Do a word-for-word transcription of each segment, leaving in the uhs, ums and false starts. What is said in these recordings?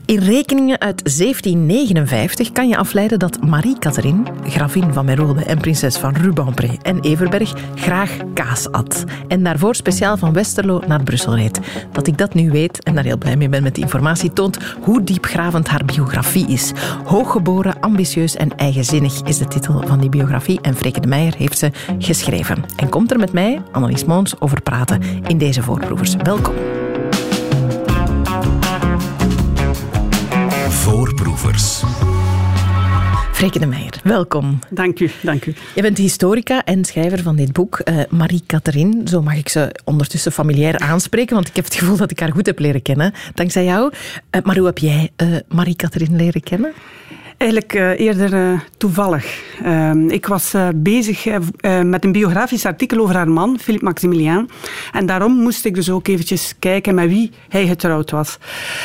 In rekeningen uit zeventien negenenvijftig kan je afleiden dat Marie-Catherine, gravin van Merode en prinses van Rubempré en Everberg, graag kaas at. En daarvoor speciaal van Westerlo naar Brussel reed. Dat ik dat nu weet en daar heel blij mee ben met die informatie, toont hoe diepgravend haar biografie is. Hooggeboren, ambitieus en eigenzinnig is de titel van die biografie en Freke de Meijer heeft ze geschreven. En komt er met mij, Annelies Moons, over praten in deze Voorproevers. Welkom. Voorproevers. Freke de Meijer, welkom. Dank u, dank u. Je bent historica en schrijver van dit boek. Uh, Marie-Catherine, zo mag ik ze ondertussen familiair aanspreken, want ik heb het gevoel dat ik haar goed heb leren kennen, dankzij jou. Uh, maar hoe heb jij uh, Marie-Catherine leren kennen? Eigenlijk uh, eerder uh, toevallig. Uh, ik was uh, bezig uh, uh, met een biografisch artikel over haar man, Philippe Maximilien. En daarom moest ik dus ook eventjes kijken met wie hij getrouwd was.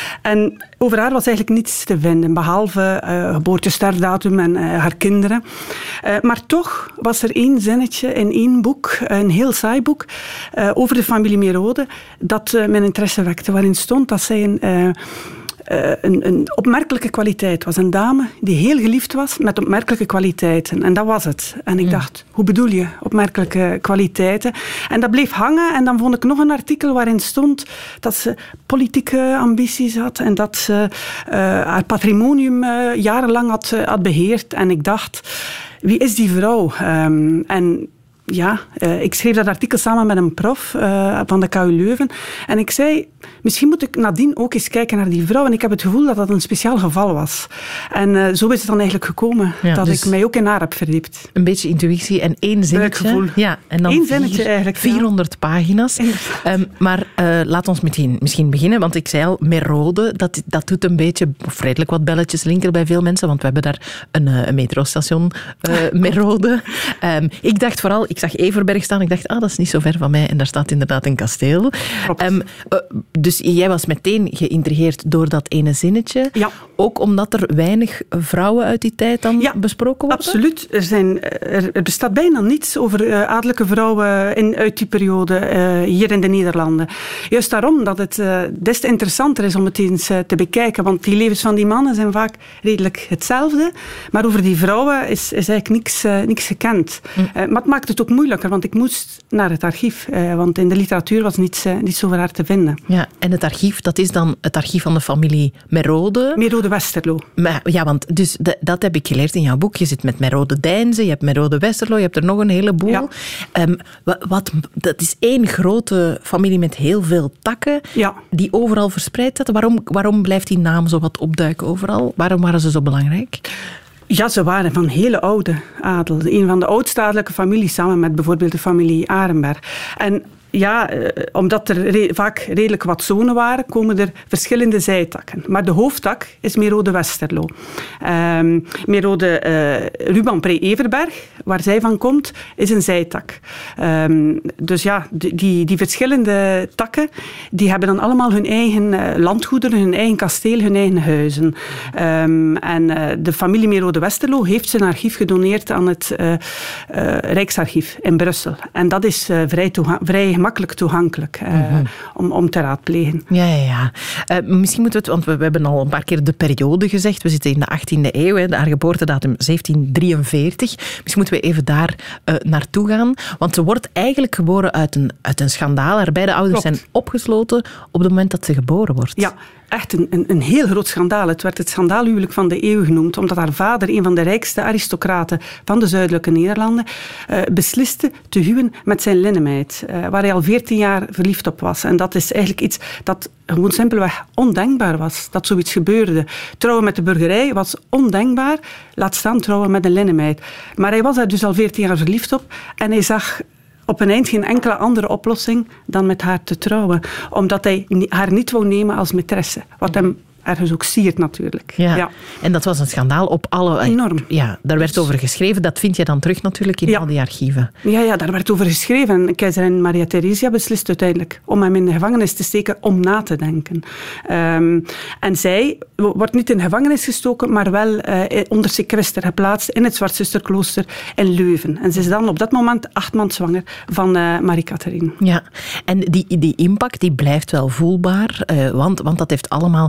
En over haar was eigenlijk niets te vinden, behalve uh, geboorte, sterfdatum en uh, haar kinderen. Uh, maar toch was er één zinnetje in één boek, een heel saai boek, uh, over de familie Merode, dat uh, mijn interesse wekte, waarin stond dat zij een... Uh, Uh, een, een opmerkelijke kwaliteit was. Een dame die heel geliefd was met opmerkelijke kwaliteiten. En dat was het. En ik dacht, hoe bedoel je opmerkelijke kwaliteiten? En dat bleef hangen. En dan vond ik nog een artikel waarin stond dat ze politieke ambities had en dat ze uh, haar patrimonium uh, jarenlang had, uh, had beheerd. En ik dacht, wie is die vrouw? Um, en... Ja, uh, ik schreef dat artikel samen met een prof uh, van de K U Leuven. En ik zei, misschien moet ik nadien ook eens kijken naar die vrouw. En ik heb het gevoel dat dat een speciaal geval was. En uh, zo is het dan eigenlijk gekomen, ja, dat dus ik mij ook in haar heb verdiept. Een beetje intuïtie en één zinnetje. Ja, en dan Eén zinnetje vier, eigenlijk. vierhonderd ja. pagina's. Um, maar uh, laat ons meteen, misschien beginnen, want ik zei al, Merode, dat, dat doet een beetje, of redelijk wat belletjes linken bij veel mensen, want we hebben daar een, een metrostation, uh, Merode. Um, ik dacht vooral... Ik zag Everberg staan. Ik dacht, ah, dat is niet zo ver van mij. En daar staat inderdaad een kasteel. Um, uh, dus jij was meteen geïntrigeerd door dat ene zinnetje. Ja. Ook omdat er weinig vrouwen uit die tijd dan ja, besproken worden? Absoluut. Er, zijn, er, er bestaat bijna niets over uh, adellijke vrouwen in, uit die periode uh, hier in de Nederlanden. Juist daarom dat het uh, des te interessanter is om het eens uh, te bekijken. Want die levens van die mannen zijn vaak redelijk hetzelfde. Maar over die vrouwen is, is eigenlijk niks, uh, niks gekend. Hm. Uh, maar het maakt het ook moeilijker, want ik moest naar het archief. Uh, want in de literatuur was niets, uh, niets over haar te vinden. Ja, en het archief, dat is dan het archief van de familie Merode? Merode Westerlo. Maar, ja, want dus de, dat heb ik geleerd in jouw boek. Je zit met Merode Deinze, je hebt Merode Westerlo, je hebt er nog een heleboel. Ja. Um, wat, wat, dat is één grote familie met heel veel takken, ja. die overal verspreid zitten. Waarom, waarom blijft die naam zo wat opduiken overal? Waarom waren ze zo belangrijk? Ja, ze waren van hele oude adel. Een van de oudste adellijke families, samen met bijvoorbeeld de familie Arenberg. En ja, eh, omdat er re- vaak redelijk wat zonen waren, komen er verschillende zijtakken. Maar de hoofdtak is Merode Westerlo. Um, Merode uh, Rubempré-Everberg, waar zij van komt, is een zijtak. Um, dus ja, die, die, die verschillende takken, die hebben dan allemaal hun eigen uh, landgoederen, hun eigen kasteel, hun eigen huizen. Um, en uh, de familie Merode Westerlo heeft zijn archief gedoneerd aan het uh, uh, Rijksarchief in Brussel. En dat is uh, vrij, toega- vrij makkelijk toegankelijk uh, mm-hmm. om, om te raadplegen. Ja, ja, ja. Uh, misschien moeten we het, want we, we hebben al een paar keer de periode gezegd. We zitten in de achttiende eeuw, hè, de haar geboortedatum zeventien drieënveertig. Misschien moeten we even daar uh, naartoe gaan. Want ze wordt eigenlijk geboren uit een, uit een schandaal. Haar beide ouders Klopt. zijn opgesloten op het moment dat ze geboren wordt. Ja. Echt een, een, een heel groot schandaal. Het werd het schandaalhuwelijk van de eeuw genoemd, omdat haar vader, een van de rijkste aristocraten van de zuidelijke Nederlanden, uh, besliste te huwen met zijn linnenmeid, uh, waar hij al veertien jaar verliefd op was. En dat is eigenlijk iets dat gewoon simpelweg ondenkbaar was, dat zoiets gebeurde. Trouwen met de burgerij was ondenkbaar, laat staan trouwen met een linnenmeid. Maar hij was daar dus al veertien jaar verliefd op en hij zag op een eind geen enkele andere oplossing dan met haar te trouwen. Omdat hij haar niet wou nemen als maîtresse. Wat hem ergens ook siert natuurlijk. Ja. Ja. En dat was een schandaal op alle... Enorm. Ja, daar werd over geschreven. Dat vind je dan terug natuurlijk in ja. al die archieven. Ja, ja, daar werd over geschreven. En keizerin Maria Theresia beslist uiteindelijk om hem in de gevangenis te steken om na te denken. Um, en zij wordt niet in de gevangenis gestoken, maar wel uh, onder sequester geplaatst in het Zwartzusterklooster in Leuven. En ze is dan op dat moment acht maand zwanger van uh, Marie-Catherine. Ja, en die, die impact die blijft wel voelbaar, uh, want, want dat heeft allemaal... Ik heb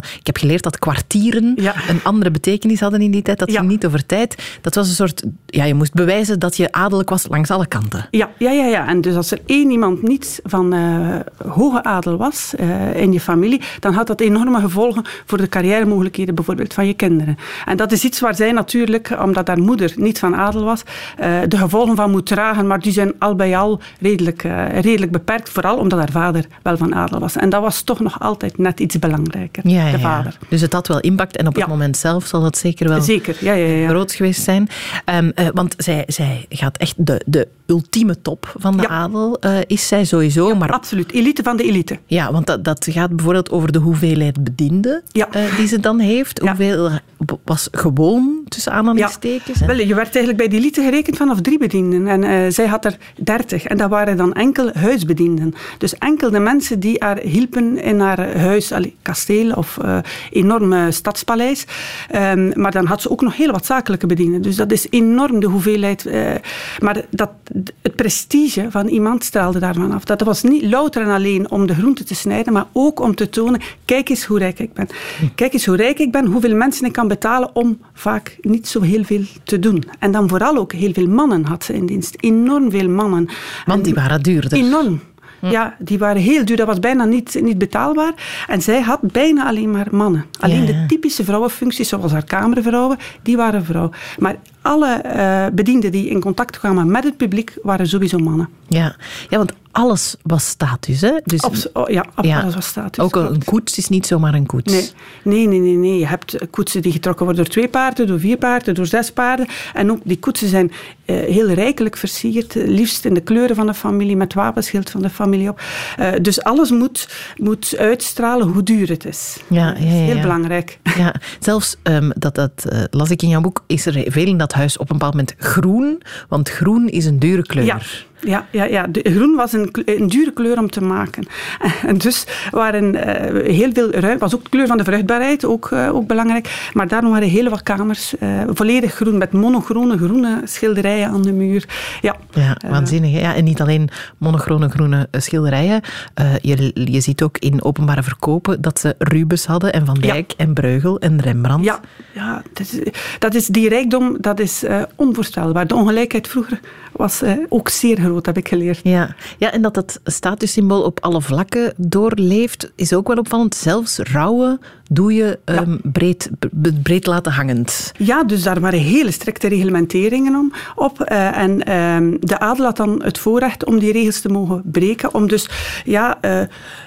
geleerd dat kwartieren ja. een andere betekenis hadden in die tijd. Dat ja. ging niet over tijd. Dat was een soort... Ja, je moest bewijzen dat je adellijk was langs alle kanten. Ja, ja, ja. ja. En dus als er één iemand niet van uh, hoge adel was uh, in je familie, dan had dat enorme gevolgen voor de carrièremogelijkheden bijvoorbeeld van je kinderen. En dat is iets waar zij natuurlijk, omdat haar moeder niet van adel was, uh, de gevolgen van moet dragen, maar die zijn al bij al redelijk, uh, redelijk beperkt, vooral omdat haar vader wel van adel was. En dat was toch nog altijd net iets belangrijker, ja, de ja. vader. Dus het had wel impact en op het ja. moment zelf zal dat zeker wel zeker. Ja, ja, ja. groot geweest zijn. Um, uh, want zij, zij gaat echt de, de ultieme top van de ja. adel, uh, is zij sowieso. Ja, maar, absoluut. Elite van de elite. Ja, want dat, dat gaat bijvoorbeeld over de hoeveelheid bedienden ja. uh, die ze dan heeft. Ja. Hoeveel was gewoon, tussen aanhalingstekens? Ja. Wel, je werd eigenlijk bij de elite gerekend vanaf drie bedienden. En uh, zij had er dertig. En dat waren dan enkel huisbedienden. Dus enkel de mensen die haar hielpen in haar huis, allee, kasteel of uh, enorme stadspaleis. Um, maar dan had ze ook nog heel wat zakelijke bedienden. Dus dat is enorm, de hoeveelheid. Uh, maar dat, het prestige van iemand straalde daarvan af. Dat was niet louter en alleen om de groenten te snijden, maar ook om te tonen, kijk eens hoe rijk ik ben. Kijk eens hoe rijk ik ben, hoeveel mensen ik kan betalen om vaak niet zo heel veel te doen. En dan vooral ook heel veel mannen had ze in dienst. Enorm veel mannen. Want die waren duurder. Enorm. Ja, die waren heel duur. Dat was bijna niet, niet betaalbaar. En zij had bijna alleen maar mannen. Alleen ja, ja. de typische vrouwenfuncties, zoals haar kamervrouwen, die waren vrouw. Maar alle uh, bedienden die in contact kwamen met het publiek, waren sowieso mannen. Ja, ja want alles was status, hè? Dus, Abs- oh, ja, ja, alles was status. Ook een koets is niet zomaar een koets. Nee. Nee, nee, nee, nee. Je hebt koetsen die getrokken worden door twee paarden, door vier paarden, door zes paarden. En ook die koetsen zijn uh, heel rijkelijk versierd, liefst in de kleuren van de familie, met wapenschild van de familie op. Uh, dus alles moet, moet uitstralen hoe duur het is. Ja, ja, ja, dat is heel ja. belangrijk. Ja, zelfs, um, dat, dat uh, las ik in jouw boek, is er veel in dat huis op een bepaald moment groen, want groen is een dure kleur. Ja. Ja, ja, ja. De groen was een, een dure kleur om te maken. En dus waren uh, heel veel ruimte. Was ook de kleur van de vruchtbaarheid, ook, uh, ook belangrijk. Maar daarom waren heel wat kamers uh, volledig groen, met monochrone groene schilderijen aan de muur. Ja, ja waanzinnig. Hè? Ja, en niet alleen monochrone groene schilderijen. Uh, je, je ziet ook in openbare verkopen dat ze Rubens hadden en Van Dijk ja. en Bruegel en Rembrandt. Ja, ja dat, is, dat is die rijkdom, dat is uh, onvoorstelbaar. De ongelijkheid vroeger was uh, ook zeer groot, heb ik geleerd. Ja. ja, en dat dat statussymbool op alle vlakken doorleeft, is ook wel opvallend. Zelfs rouwen doe je um, ja. breed, breed laten hangend. Ja, dus daar waren hele strikte reglementeringen om, op. Uh, en uh, de adel had dan het voorrecht om die regels te mogen breken. Om dus, ja... Uh,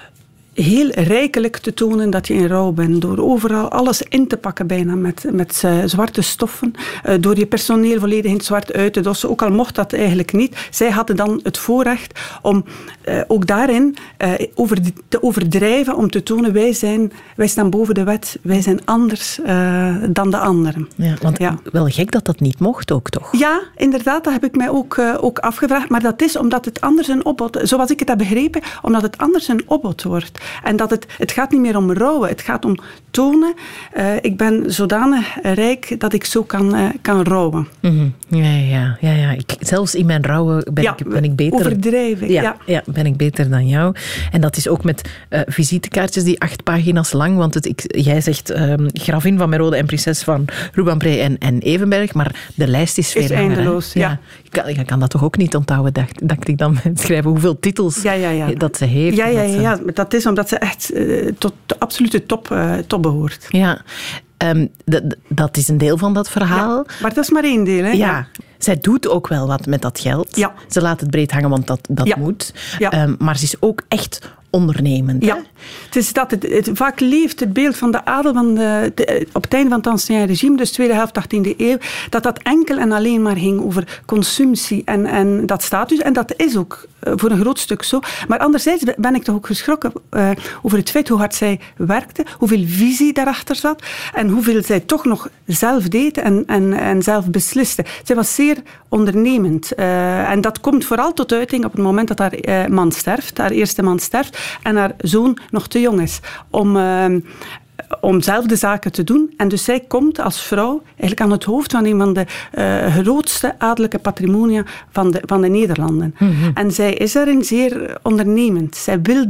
heel rijkelijk te tonen dat je in rouw bent. Door overal alles in te pakken bijna met, met uh, zwarte stoffen. Uh, door je personeel volledig in het zwart uit te dossen. Ook al mocht dat eigenlijk niet. Zij hadden dan het voorrecht om uh, ook daarin uh, over die, te overdrijven. Om te tonen, wij, zijn, wij staan boven de wet. Wij zijn anders uh, dan de anderen. Ja, want ja. wel gek dat dat niet mocht ook, toch? Ja, inderdaad. Dat heb ik mij ook, uh, ook afgevraagd. Maar dat is omdat het anders een opbod... Zoals ik het heb begrepen, omdat het anders een opbod wordt. En dat het, het gaat niet meer om rouwen, het gaat om tonen. Uh, ik ben zodanig rijk dat ik zo kan, uh, kan rouwen. Mm-hmm. Ja, ja, ja, ja. Ik, zelfs in mijn rouwen ben, ja, ik, ben ik beter. Overdrijven, ja, ja. ja, ben ik beter dan jou. En dat is ook met uh, visitekaartjes die acht pagina's lang, want het, ik, jij zegt um, gravin van Merode en prinses van Rubempré en, en Evenberg, maar de lijst is veel is langer. eindeloos, ja. ja. Je kan, je kan dat toch ook niet onthouden, dacht, dacht ik dan, schrijven hoeveel titels ja, ja, ja. dat ze heeft. Ja, ja, ja, dat, ja. Dat is omdat ze echt uh, tot de absolute top, uh, top behoort. Ja, um, d- d- dat is een deel van dat verhaal. Ja, maar dat is maar één deel, hè? Ja. ja. Zij doet ook wel wat met dat geld. Ja. Ze laat het breed hangen, want dat, dat ja. moet. Ja. Um, maar ze is ook echt ondernemend. Ja, hè? het is dat het, het, vaak leeft het beeld van de adel van de, de, op het einde van het Ancien Regime, dus tweede helft achttiende eeuw, dat dat enkel en alleen maar ging over consumptie en, en dat status. En dat is ook uh, voor een groot stuk zo. Maar anderzijds ben ik toch ook geschrokken uh, over het feit hoe hard zij werkte, hoeveel visie daarachter zat en hoeveel zij toch nog zelf deed en, en, en zelf besliste. Zij was zeer ondernemend. Uh, en dat komt vooral tot uiting op het moment dat haar uh, man sterft, haar eerste man sterft, en haar zoon nog te jong is om, uh, om zelf de zaken te doen. En dus zij komt als vrouw eigenlijk aan het hoofd van een van de uh, grootste adellijke patrimonia van de, van de Nederlanden. Mm-hmm. En zij is daarin zeer ondernemend. Zij wil dat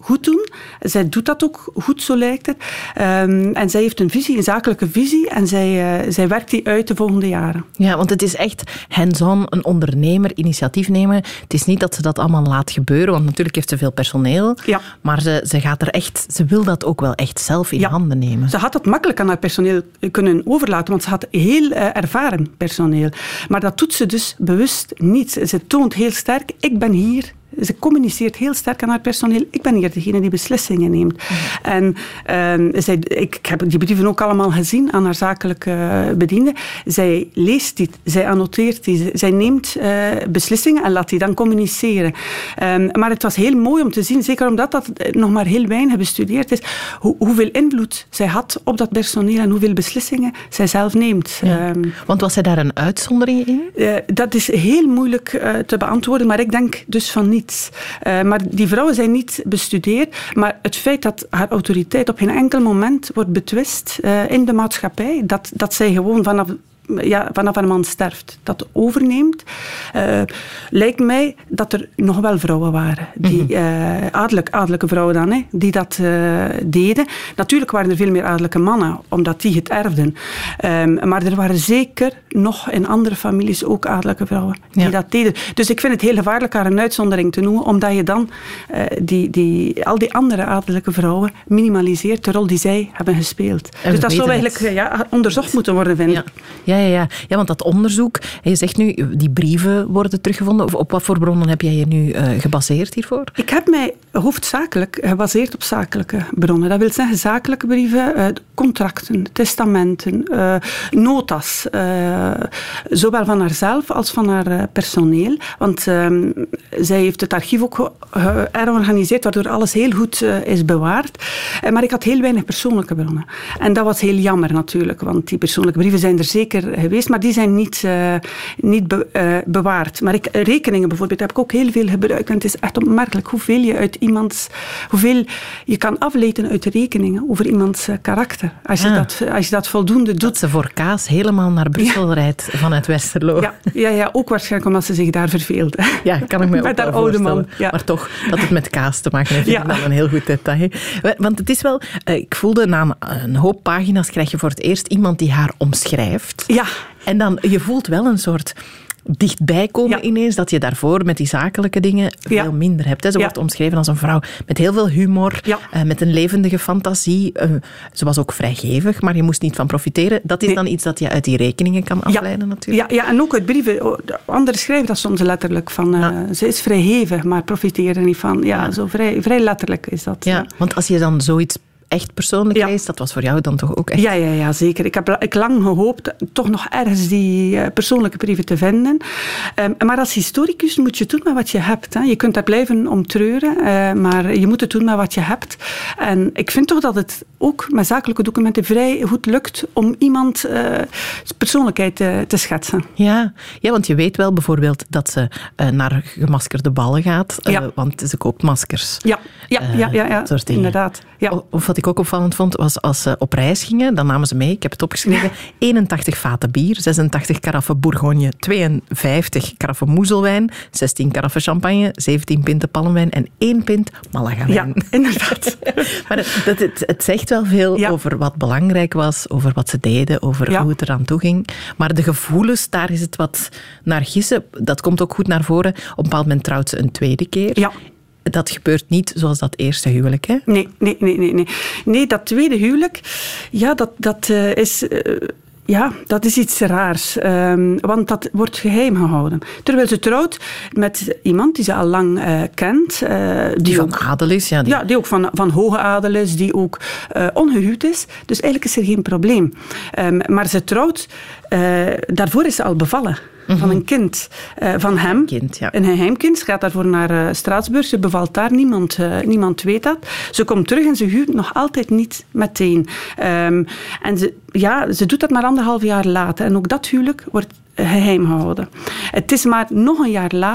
goed doen. Zij doet dat ook goed, zo lijkt het. Um, en zij heeft een visie, een zakelijke visie. En zij, uh, zij werkt die uit de volgende jaren. Ja, want het is echt hands-on, een ondernemer, initiatief nemen. Het is niet dat ze dat allemaal laat gebeuren, want natuurlijk heeft ze veel personeel. Ja. Maar ze, ze gaat er echt, ze wil dat ook wel echt zelf in ja. handen nemen. Ze had dat makkelijk aan haar personeel kunnen overlaten, want ze had heel uh, ervaren personeel. Maar dat doet ze dus bewust niet. Ze toont heel sterk, ik ben hier. Ze communiceert heel sterk aan haar personeel. Ik ben hier degene die beslissingen neemt. Mm. En uh, zij, ik heb die brieven ook allemaal gezien aan haar zakelijke bediende. Zij leest dit, zij annoteert die, zij neemt uh, beslissingen en laat die dan communiceren. Um, maar het was heel mooi om te zien, zeker omdat dat nog maar heel weinig bestudeerd is, hoe, hoeveel invloed zij had op dat personeel en hoeveel beslissingen zij zelf neemt. Ja. Um, Want was zij daar een uitzondering in? Uh, dat is heel moeilijk uh, te beantwoorden, maar ik denk dus van niet. Uh, maar die vrouwen zijn niet bestudeerd. Maar het feit dat haar autoriteit op geen enkel moment wordt betwist uh, in de maatschappij, dat, dat zij gewoon vanaf... Ja, vanaf een man sterft, dat overneemt, uh, lijkt mij dat er nog wel vrouwen waren. Die, uh, adellijk, adellijke vrouwen dan, hè, die dat uh, deden. Natuurlijk waren er veel meer adellijke mannen, omdat die het erfden. Um, maar er waren zeker nog in andere families ook adellijke vrouwen die ja. dat deden. Dus ik vind het heel gevaarlijk haar een uitzondering te noemen, omdat je dan uh, die, die, al die andere adellijke vrouwen minimaliseert, de rol die zij hebben gespeeld. En dus dat zou eigenlijk uh, ja, onderzocht moeten worden, vind ik. Ja. Ja. Ja, ja, ja. ja, want dat onderzoek, je zegt nu, die brieven worden teruggevonden. Of op wat voor bronnen heb jij je nu uh, gebaseerd hiervoor? Ik heb mij hoofdzakelijk gebaseerd op zakelijke bronnen. Dat wil zeggen zakelijke brieven, uh, contracten, testamenten, uh, notas. Uh, zowel van haarzelf als van haar uh, personeel. Want uh, zij heeft het archief ook georganiseerd, waardoor alles heel goed uh, is bewaard. Uh, maar ik had heel weinig persoonlijke bronnen. En dat was heel jammer natuurlijk, want die persoonlijke brieven zijn er zeker geweest, maar die zijn niet, uh, niet be, uh, bewaard. Maar ik, rekeningen bijvoorbeeld heb ik ook heel veel gebruikt. En het is echt opmerkelijk hoeveel je uit iemands, hoeveel je kan afleiden uit rekeningen over iemands uh, karakter. Als je, ah. dat, als je dat voldoende doet. Dat ze voor kaas helemaal naar Brussel ja. rijdt vanuit Westerlo. Ja, ja, ja, ook waarschijnlijk omdat ze zich daar verveelde. Ja, kan ik me ook met wel oude voorstellen. Man. Ja. Maar toch, dat het met kaas te maken heeft, ja. dat is een heel goed detail. Want het is wel, ik voelde na een hoop pagina's krijg je voor het eerst iemand die haar omschrijft. Ja. En dan, je voelt wel een soort dichtbij komen ja. ineens, dat je daarvoor met die zakelijke dingen veel ja. minder hebt. Hè. Ze ja. wordt omschreven als een vrouw met heel veel humor, ja. uh, met een levendige fantasie. Uh, ze was ook vrijgevig, maar je moest niet van profiteren. Dat is nee. dan iets dat je uit die rekeningen kan afleiden ja. natuurlijk. Ja, ja, en ook uit brieven. Anderen schrijven dat soms letterlijk. Van, uh, ja. Ze is vrijgevig, maar profiteert er niet van. Ja, ja. Zo vrij, vrij letterlijk is dat. Ja, ja. Want als je dan zoiets echt persoonlijk ja. leest, dat was voor jou dan toch ook echt... Ja, ja, ja zeker. Ik heb ik lang gehoopt toch nog ergens die uh, persoonlijke brieven te vinden. Um, maar als historicus moet je het doen met wat je hebt. Hè. Je kunt daar blijven om treuren, uh, maar je moet het doen met wat je hebt. En ik vind toch dat het ook met zakelijke documenten vrij goed lukt om iemand uh, persoonlijkheid uh, te schetsen. Ja. ja, want je weet wel bijvoorbeeld dat ze uh, naar gemaskerde ballen gaat, uh, ja. want ze koopt maskers. Ja, ja, uh, ja, ja, ja inderdaad. Ja. Of wat ik ook opvallend vond, was als ze op reis gingen, dan namen ze mee, ik heb het opgeschreven, eenentachtig vaten bier, zesentachtig karaffen Bourgogne, tweeënvijftig karaffen moezelwijn, zestien karaffen champagne, zeventien pinten palmwijn en één pint Malaga-wijn. Ja, inderdaad. Maar het, het, het zegt wel veel ja. over wat belangrijk was, over wat ze deden, over ja. hoe het eraan toe ging. Maar de gevoelens, daar is het wat naar gissen. Dat komt ook goed naar voren. Op een bepaald moment trouwt ze een tweede keer. Ja. Dat gebeurt niet zoals dat eerste huwelijk, hè? Nee, nee, nee, nee. Nee, nee dat tweede huwelijk, ja, dat, dat uh, is... Uh, Ja, dat is iets raars, um, want dat wordt geheim gehouden. Terwijl ze trouwt met iemand die ze al lang uh, kent. Uh, die, die van ook, adel is, ja. Die, ja, die ook van, van hoge adel is, die ook uh, ongehuwd is. Dus eigenlijk is er geen probleem. Um, maar ze trouwt, uh, daarvoor is ze al bevallen. Mm-hmm. Van een kind uh, van hem. Een kind, ja. Een geheimkind. Ze gaat daarvoor naar uh, Straatsburg. Ze bevalt daar. Niemand, uh, niemand weet dat. Ze komt terug en ze huwt nog altijd niet meteen. Um, en ze, ja, ze doet dat maar anderhalf jaar later. En ook dat huwelijk wordt geheim gehouden. Het is maar nog een jaar later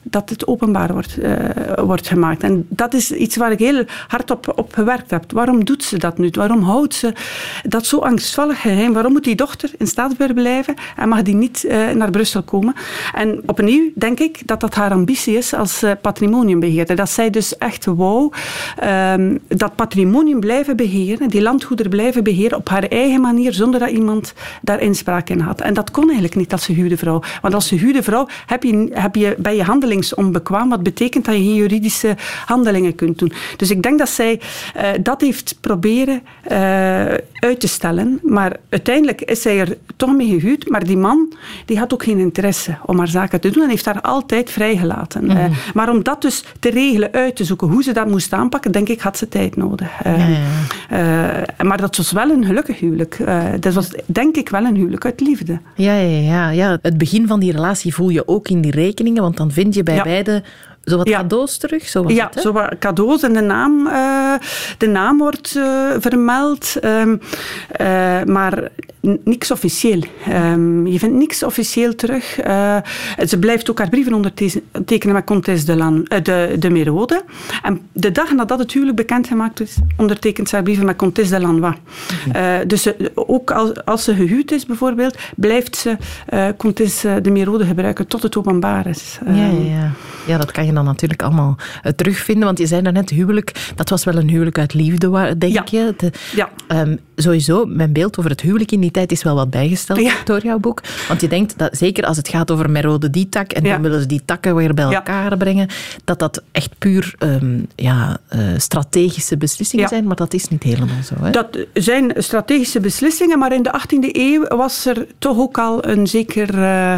dat het openbaar wordt, uh, wordt gemaakt. En dat is iets waar ik heel hard op, op gewerkt heb. Waarom doet ze dat nu? Waarom houdt ze dat zo angstvallig geheim? Waarom moet die dochter in Staatsburg blijven en mag die niet uh, naar Brussel komen? En opnieuw denk ik dat dat haar ambitie is als uh, patrimoniumbeheerder. Dat zij dus echt wou uh, dat patrimonium blijven beheren, die landgoederen blijven beheren op haar eigen manier, zonder dat iemand daar inspraak in had. En dat kon eigenlijk niet als gehuwde vrouw. Want als gehuwde vrouw heb je, heb je, ben je handelingsonbekwaam, wat betekent dat je geen juridische handelingen kunt doen. Dus ik denk dat zij uh, dat heeft proberen uh, uit te stellen. Maar uiteindelijk is zij er toch mee gehuwd. Maar die man die had ook geen interesse om haar zaken te doen en heeft haar altijd vrijgelaten. Mm-hmm. Uh, maar om dat dus te regelen, uit te zoeken, hoe ze dat moest aanpakken, denk ik, had ze tijd nodig. Uh, ja, ja. Uh, maar dat was wel een gelukkig huwelijk. Uh, dat was denk ik wel een huwelijk uit liefde. Ja, ja, ja, ja. Het begin van die relatie voel je ook in die rekeningen, want dan vind je bij ja. beide zo wat ja. cadeaus terug? Zo was ja, het, hè? zo wat cadeaus en de naam, uh, de naam wordt uh, vermeld, um, uh, maar n- niks officieel. Um, je vindt niks officieel terug. Uh, ze blijft ook haar brieven ondertekenen met Comtesse de, Lan, uh, de, de Merode. En de dag nadat het huwelijk bekendgemaakt is, ondertekent ze haar brieven met Comtesse de Lanois. Mm-hmm. Uh, dus uh, ook als, als ze gehuwd is bijvoorbeeld, blijft ze uh, Comtesse de Merode gebruiken tot het openbaar is. Um, ja, ja, ja. ja, dat kan je dan natuurlijk allemaal uh, terugvinden. Want je zei daarnet, huwelijk, dat was wel een huwelijk uit liefde, denk ja. je. De, ja. um, sowieso, mijn beeld over het huwelijk in die tijd is wel wat bijgesteld ja. door jouw boek. Want je denkt, dat zeker als het gaat over Merode die tak, en ja. dan willen ze die takken weer bij elkaar ja. brengen, dat dat echt puur um, ja, uh, strategische beslissingen ja. zijn, maar dat is niet helemaal zo. Hè? Dat zijn strategische beslissingen, maar in de achttiende eeuw was er toch ook al een, zeker, uh,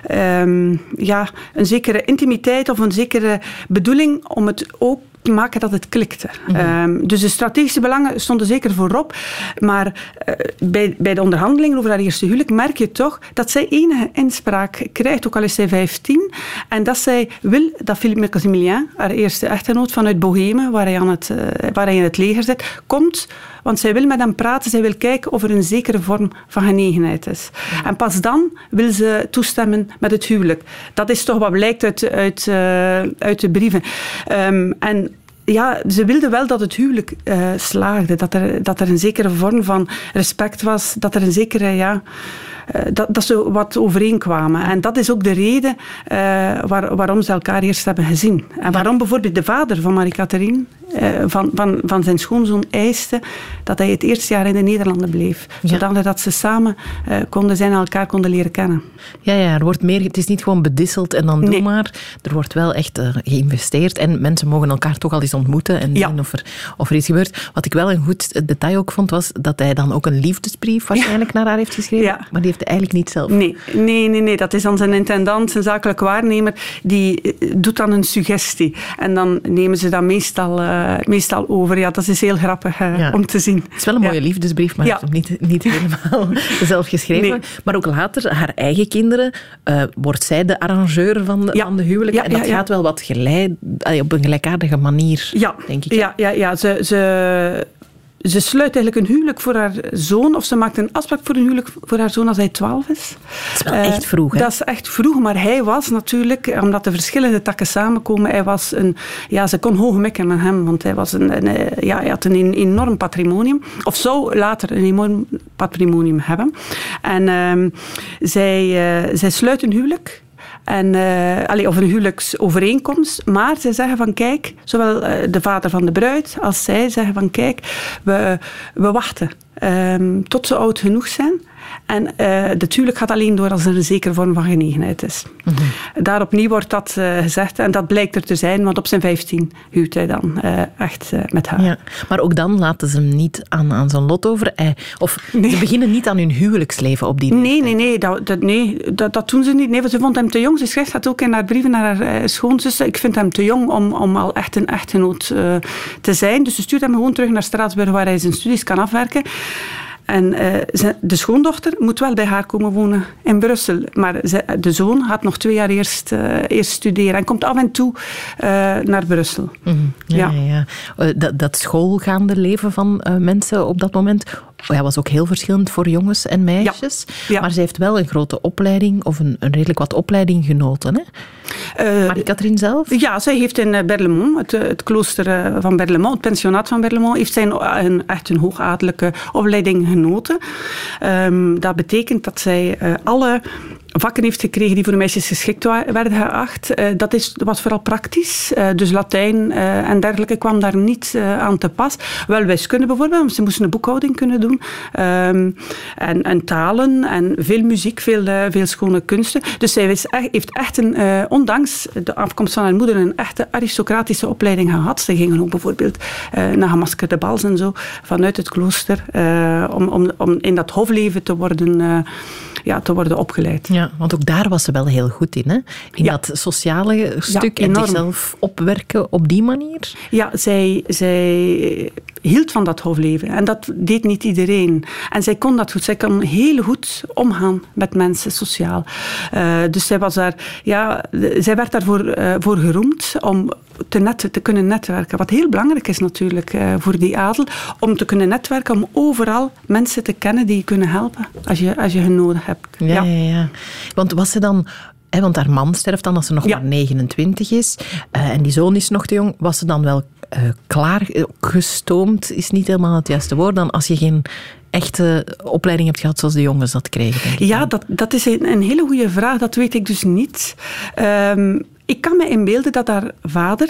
um, ja, een zekere intimiteit of een zekere bedoeling om het ook te maken dat het klikte. Mm-hmm. Um, dus de strategische belangen stonden zeker voorop. Maar uh, bij, bij de onderhandelingen over haar eerste huwelijk merk je toch dat zij enige inspraak krijgt, ook al is zij vijftien. En dat zij wil dat Philippe Maximilien, haar eerste echtgenoot vanuit Bohemen, waar hij, aan het, uh, waar hij in het leger zit, komt. Want zij wil met hem praten, zij wil kijken of er een zekere vorm van genegenheid is. Ja. En pas dan wil ze toestemmen met het huwelijk. Dat is toch wat blijkt uit, uit, uh, uit de brieven. Um, en ja, ze wilde wel dat het huwelijk uh, slaagde. Dat er, dat er een zekere vorm van respect was. Dat er een zekere, ja... Uh, dat, dat ze wat overeenkwamen. En dat is ook de reden uh, waar, waarom ze elkaar eerst hebben gezien. En waarom bijvoorbeeld de vader van Marie-Catherine, uh, van, van, van zijn schoonzoon, eiste dat hij het eerste jaar in de Nederlanden bleef. Ja. Zodat ze samen uh, konden zijn en elkaar konden leren kennen. Ja, ja, er wordt meer, het is niet gewoon bedisseld en dan doe nee. maar. Er wordt wel echt uh, geïnvesteerd en mensen mogen elkaar toch al eens ontmoeten en ja. zien of er, of er iets gebeurt. Wat ik wel een goed detail ook vond, was dat hij dan ook een liefdesbrief waarschijnlijk ja. naar haar heeft geschreven. Ja. Maar die heeft eigenlijk niet zelf. Nee, nee, nee, nee, dat is dan zijn intendant, zijn zakelijk waarnemer, die doet dan een suggestie. En dan nemen ze dat meestal, uh, meestal over. Ja, dat is heel grappig uh, ja. om te zien. Het is wel een mooie ja. liefdesbrief, maar ja. niet, niet helemaal zelf geschreven. Nee. Maar ook later, haar eigen kinderen, uh, wordt zij de arrangeur van de, ja. van de huwelijk. Ja, en dat ja, ja. gaat wel wat geleid, op een gelijkaardige manier, ja. denk ik. Ja, ja, ja. Ze... ze Ze sluit eigenlijk een huwelijk voor haar zoon, of ze maakt een afspraak voor een huwelijk voor haar zoon als hij twaalf is. Dat is wel uh, echt vroeg, hè? Dat is echt vroeg, maar hij was natuurlijk, omdat de verschillende takken samenkomen, hij was een, ja, ze kon hoog mikken met hem, want hij, was een, een, ja, hij had een enorm patrimonium, of zou later een enorm patrimonium hebben. En uh, zij, uh, zij sluit een huwelijk. En, uh, allez, of een huwelijksovereenkomst. Maar zij zeggen van kijk, zowel uh, de vader van de bruid als zij zeggen van kijk, we, we wachten um, tot ze oud genoeg zijn. En uh, het huwelijk gaat alleen door als er een zekere vorm van genegenheid is. Mm-hmm. Daar opnieuw wordt dat uh, gezegd en dat blijkt er te zijn, want op zijn vijftien huwt hij dan uh, echt uh, met haar. Ja, maar ook dan laten ze hem niet aan, aan zijn lot over. Eh, of nee. Ze beginnen niet aan hun huwelijksleven op die Nee, nee, nee, dat, dat, nee dat, dat doen ze niet. Nee, want ze vond hem te jong. Ze schrijft dat ook in haar brieven naar haar uh, schoonzus. Ik vind hem te jong om, om al echt een echtgenoot uh, te zijn. Dus ze stuurt hem gewoon terug naar Straatsburg waar hij zijn studies kan afwerken. En uh, de schoondochter moet wel bij haar komen wonen in Brussel. Maar ze, de zoon gaat nog twee jaar eerst, uh, eerst studeren. En komt af en toe uh, naar Brussel. Mm-hmm. Ja, ja. Ja, ja. Dat, dat schoolgaande leven van uh, mensen op dat moment oh ja, was ook heel verschillend voor jongens en meisjes. Ja. Ja. Maar ze heeft wel een grote opleiding, of een, een redelijk wat opleiding genoten. Hè? Uh, Marie-Catherine zelf? Ja, zij heeft in Berlaymont, het, het klooster van Berlaymont, het pensionaat van Berlaymont, heeft zij een, een, echt een hoogadellijke opleiding genoten. Um, dat betekent dat zij uh, alle vakken heeft gekregen die voor meisjes geschikt werden geacht. Uh, dat is, was vooral praktisch. Uh, dus Latijn uh, en dergelijke kwam daar niet uh, aan te pas. Wel wiskunde bijvoorbeeld, want ze moesten een boekhouding kunnen doen. Um, en, en talen en veel muziek, veel, uh, veel schone kunsten. Dus zij heeft echt, heeft echt een, uh, ondanks de afkomst van haar moeder, een echte aristocratische opleiding gehad. Ze gingen ook bijvoorbeeld uh, naar gemaskerde bals en zo, vanuit het klooster, uh, om, om, om in dat hofleven te worden, uh, ja, te worden opgeleid. Ja, want ook daar was ze wel heel goed in, hè? In ja. dat sociale stuk ja, en zichzelf opwerken op die manier. Ja, zij, zij hield van dat hofleven. En dat deed niet iedereen. En zij kon dat goed. Zij kon heel goed omgaan met mensen, sociaal. Uh, dus zij was daar... Ja, zij werd daarvoor uh, voor geroemd om te, net, te kunnen netwerken. Wat heel belangrijk is natuurlijk uh, voor die adel. Om te kunnen netwerken, om overal mensen te kennen die je kunnen helpen. Als je, als je hen nodig hebt. Ja, ja, ja. ja. Want was ze dan... He, want haar man sterft dan als ze nog ja. maar negenentwintig is. Uh, en die zoon is nog te jong. Was ze dan wel uh, klaar, uh, gestoomd, is niet helemaal het juiste woord, dan als je geen echte opleiding hebt gehad zoals de jongens dat kregen? Denk ik. Ja, dat, dat is een, een hele goede vraag. Dat weet ik dus niet. Um, ik kan me inbeelden dat haar vader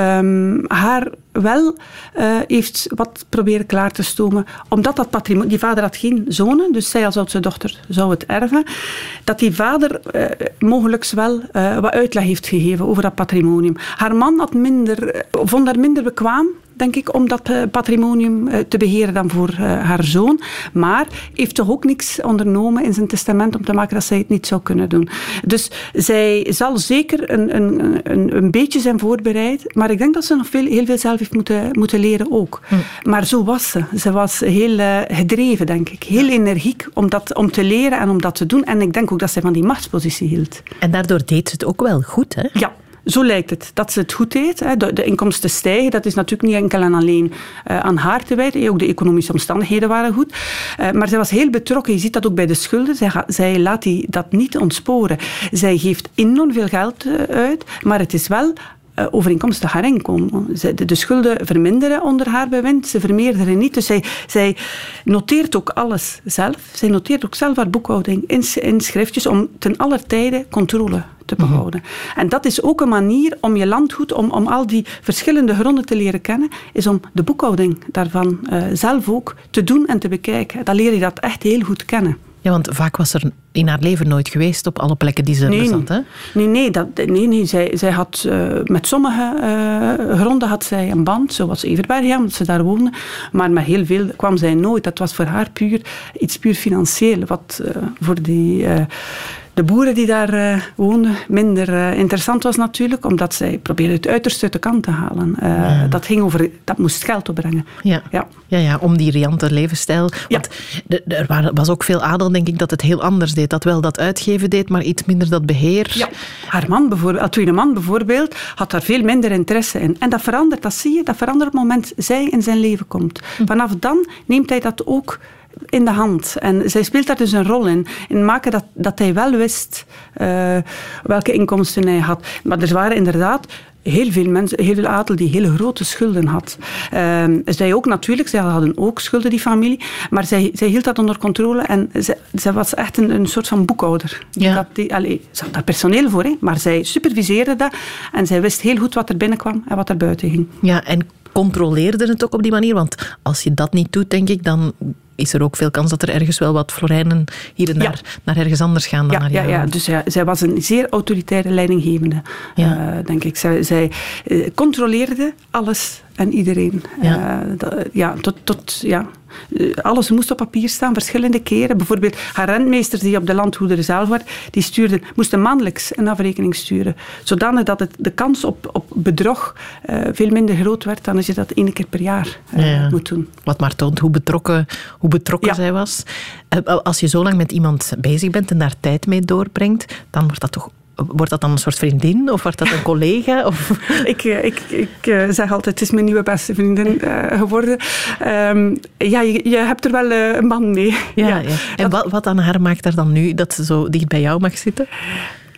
um, haar wel uh, heeft wat proberen klaar te stomen. Omdat dat patrimonie... Die vader had geen zonen, dus zij als oudste dochter zou het erven. Dat die vader uh, mogelijk wel uh, wat uitleg heeft gegeven over dat patrimonium. Haar man had minder, uh, vond haar minder bekwaam, denk ik, om dat uh, patrimonium uh, te beheren dan voor uh, haar zoon. Maar heeft toch ook niks ondernomen in zijn testament om te maken dat zij het niet zou kunnen doen. Dus zij zal zeker een, een, een, een beetje zijn voorbereid, maar ik denk dat ze nog veel, heel veel zelf heeft moeten, moeten leren ook. Hm. Maar zo was ze. Ze was heel uh, gedreven, denk ik. Heel energiek om, dat, om te leren en om dat te doen. En ik denk ook dat zij van die machtspositie hield. En daardoor deed ze het ook wel goed, hè? Ja. Zo lijkt het, dat ze het goed deed. De, de inkomsten stijgen, dat is natuurlijk niet enkel en alleen uh, aan haar te wijten. Ook de economische omstandigheden waren goed. Uh, maar zij was heel betrokken. Je ziet dat ook bij de schulden. Zij, ga, zij laat die, dat niet ontsporen. Zij geeft enorm veel geld uh, uit, maar het is wel uh, overeenkomstig haar inkomen. Zij, de, de schulden verminderen onder haar bewind, ze vermeerderen niet. Dus zij, zij noteert ook alles zelf. Zij noteert ook zelf haar boekhouding in, in schriftjes om ten aller tijde controle te behouden. Mm-hmm. En dat is ook een manier om je landgoed, om, om al die verschillende gronden te leren kennen, is om de boekhouding daarvan uh, zelf ook te doen en te bekijken. Dan leer je dat echt heel goed kennen. Ja, want vaak was er in haar leven nooit geweest op alle plekken die ze nee, bezat, hè? Nee, nee, dat, nee, nee. Zij, zij had uh, met sommige uh, gronden had zij een band, zoals Everberg, ja, omdat ze daar woonde. Maar met heel veel kwam zij nooit. Dat was voor haar puur iets puur financieel, wat uh, voor die... Uh, de boeren die daar uh, woonden minder uh, interessant was natuurlijk, omdat zij probeerden het uiterste uit de kant te halen. Uh, ja. Dat ging over, dat moest geld opbrengen. Ja, ja. ja, ja om die riante levensstijl. Want ja. de, er was ook veel adel, denk ik, dat het heel anders deed. Dat wel dat uitgeven deed, maar iets minder dat beheer. Ja. Haar man bijvoorbeeld, haar tweede man bijvoorbeeld, had daar veel minder interesse in. En dat verandert, dat zie je, dat verandert op het moment zij in zijn leven komt. Hm. Vanaf dan neemt hij dat ook in de hand. En zij speelt daar dus een rol in. In maken dat, dat hij wel wist uh, welke inkomsten hij had. Maar er waren inderdaad heel veel mensen, heel veel adel die hele grote schulden had. Uh, zij ook natuurlijk, zij hadden ook schulden, die familie. Maar zij, zij hield dat onder controle en zij, zij was echt een, een soort van boekhouder. Ja. Dat die, allez, ze had daar personeel voor, hè, maar zij superviseerde dat en zij wist heel goed wat er binnenkwam en wat er buiten ging. Ja, en controleerde het ook op die manier? Want als je dat niet doet, denk ik, dan is er ook veel kans dat er ergens wel wat florijnen hier en daar ja. naar ergens anders gaan dan ja, naar ja, jou. ja, dus ja, zij was een zeer autoritaire leidinggevende, ja. uh, denk ik. Zij, zij uh, controleerde alles en iedereen. Ja. Uh, dat, ja, tot, tot, ja. Uh, alles moest op papier staan, verschillende keren. Bijvoorbeeld haar rentmeesters die op de landgoederen zelf waren, die stuurden, moesten maandelijks een afrekening sturen. Zodanig dat het, de kans op, op bedrog uh, veel minder groot werd dan als je dat één keer per jaar uh, ja. moet doen. Wat maar toont hoe betrokken, hoe betrokken ja. zij was. Uh, als je zo lang met iemand bezig bent en daar tijd mee doorbrengt, dan wordt dat toch... Wordt dat dan een soort vriendin of wordt dat een collega? Of? Ik, ik, ik zeg altijd, het is mijn nieuwe beste vriendin uh, geworden. Um, ja, je, je hebt er wel uh, een band mee. Ja, ja. Ja. En wat, wat aan haar maakt daar dan nu dat ze zo dicht bij jou mag zitten?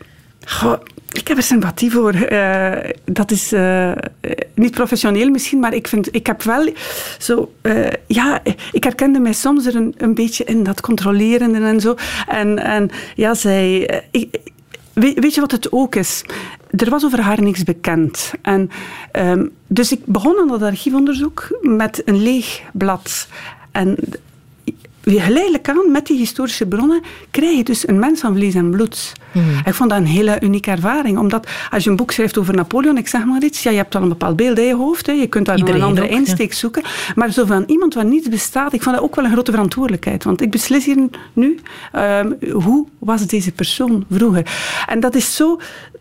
Goh, ik heb er sympathie voor. Uh, dat is uh, niet professioneel misschien, maar ik, vind, ik heb wel zo... Uh, ja, ik herkende mij soms er een, een beetje in, dat controlerende en zo. En, en ja, zij... Uh, ik, weet, weet je wat het ook is? Er was over haar niks bekend. En, um, dus ik begon aan dat archiefonderzoek met een leeg blad. En... geleidelijk aan, met die historische bronnen, krijg je dus een mens van vlees en bloed. Mm-hmm. Ik vond dat een hele unieke ervaring. Omdat als je een boek schrijft over Napoleon, ik zeg maar iets, ja, je hebt al een bepaald beeld in je hoofd. Hè, je kunt daar een andere ook, insteek ja. zoeken. Maar zo van iemand waar niets bestaat, ik vond dat ook wel een grote verantwoordelijkheid. Want ik beslis hier nu, um, hoe was deze persoon vroeger? En dat is zo...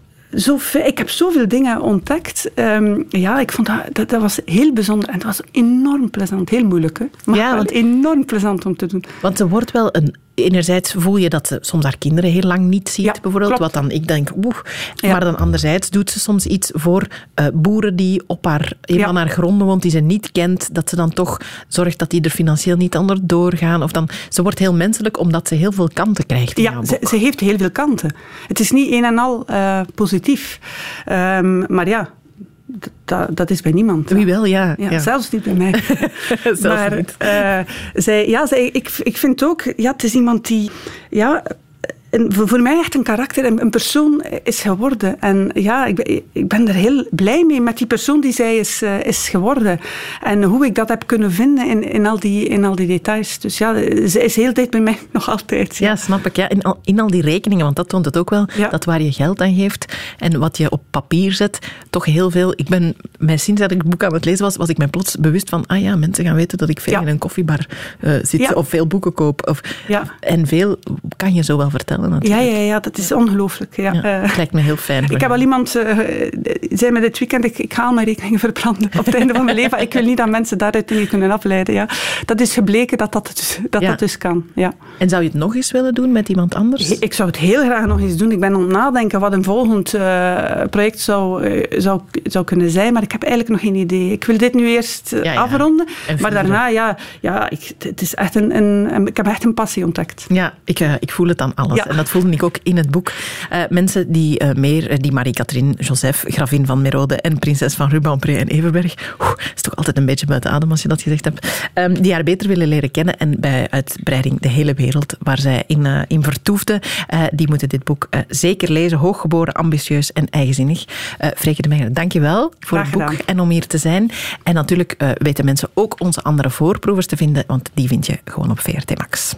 Zo fijn. Ik heb zoveel dingen ontdekt. Um, ja, ik vond dat, dat, dat was heel bijzonder. En het was enorm plezant. Heel moeilijk, hè? Maar ja, want, enorm plezant om te doen. Want ze wordt wel een... Enerzijds voel je dat ze soms haar kinderen heel lang niet ziet, ja, bijvoorbeeld. Klopt. Wat dan ik denk, oeh. Ja. Maar dan anderzijds doet ze soms iets voor uh, boeren die op haar, een ja. van haar gronden woont, die ze niet kent. Dat ze dan toch zorgt dat die er financieel niet onder doorgaan. Of dan, ze wordt heel menselijk omdat ze heel veel kanten krijgt in ja, jouw ze, boek. ze heeft heel veel kanten. Het is niet een en al uh, positief. Um, maar ja... Dat, dat is bij niemand. Wie wel, ja. ja, ja. Zelfs niet bij mij. zelfs maar niet. Uh, zij, ja, zij, ik, ik vind ook... Ja, het is iemand die... Ja, een, voor, voor mij echt een karakter, een, een persoon is geworden. En ja, ik ben, ik ben er heel blij mee met die persoon die zij is, uh, is geworden. En hoe ik dat heb kunnen vinden in, in, al, die, in al die details. Dus ja, ze is heel tijd bij mij nog altijd. Ja, ja snap ik. Ja. In, al, in al die rekeningen, want dat toont het ook wel, ja. dat waar je geld aan geeft en wat je op papier zet, toch heel veel... Ik ben, mij sinds dat ik het boek aan het lezen was, was ik mij plots bewust van, ah ja, mensen gaan weten dat ik veel ja. in een koffiebar uh, zit ja. of veel boeken koop. Of, ja. En veel kan je zo wel vertellen. Ja, ja, ja, dat is ongelooflijk. Ja. Ja, het lijkt me heel fijn. Ik heb al iemand uh, zei me dit weekend, ik, ik ga al mijn rekeningen verbranden op het einde van mijn leven. Ik wil niet dat mensen daaruit dingen kunnen afleiden. Ja. Dat is gebleken dat dat dus, dat, ja. dat dus kan. Ja. En zou je het nog eens willen doen met iemand anders? Ik zou het heel graag nog eens doen. Ik ben aan het nadenken wat een volgend uh, project zou, uh, zou, zou kunnen zijn, maar ik heb eigenlijk nog geen idee. Ik wil dit nu eerst uh, ja, ja. afronden, maar daarna, ja, ja ik, het is echt een, een, een, ik heb echt een passie ontdekt. Ja, ik, uh, ik voel het aan alles. Ja. En dat voelde ik ook in het boek. Uh, mensen die uh, meer, uh, die Marie-Catherine Joseph, gravin van Merode en prinses van Rubempré en Everberg, oeh, is toch altijd een beetje buiten adem als je dat gezegd hebt, um, die haar beter willen leren kennen en bij uitbreiding de hele wereld waar zij in, uh, in vertoefde, uh, die moeten dit boek uh, zeker lezen. Hooggeboren, ambitieus en eigenzinnig. Uh, Freke de Meijer, dank je wel voor Graag het boek gedaan. En om hier te zijn. En natuurlijk uh, weten mensen ook onze andere voorproevers te vinden, want die vind je gewoon op V R T Max.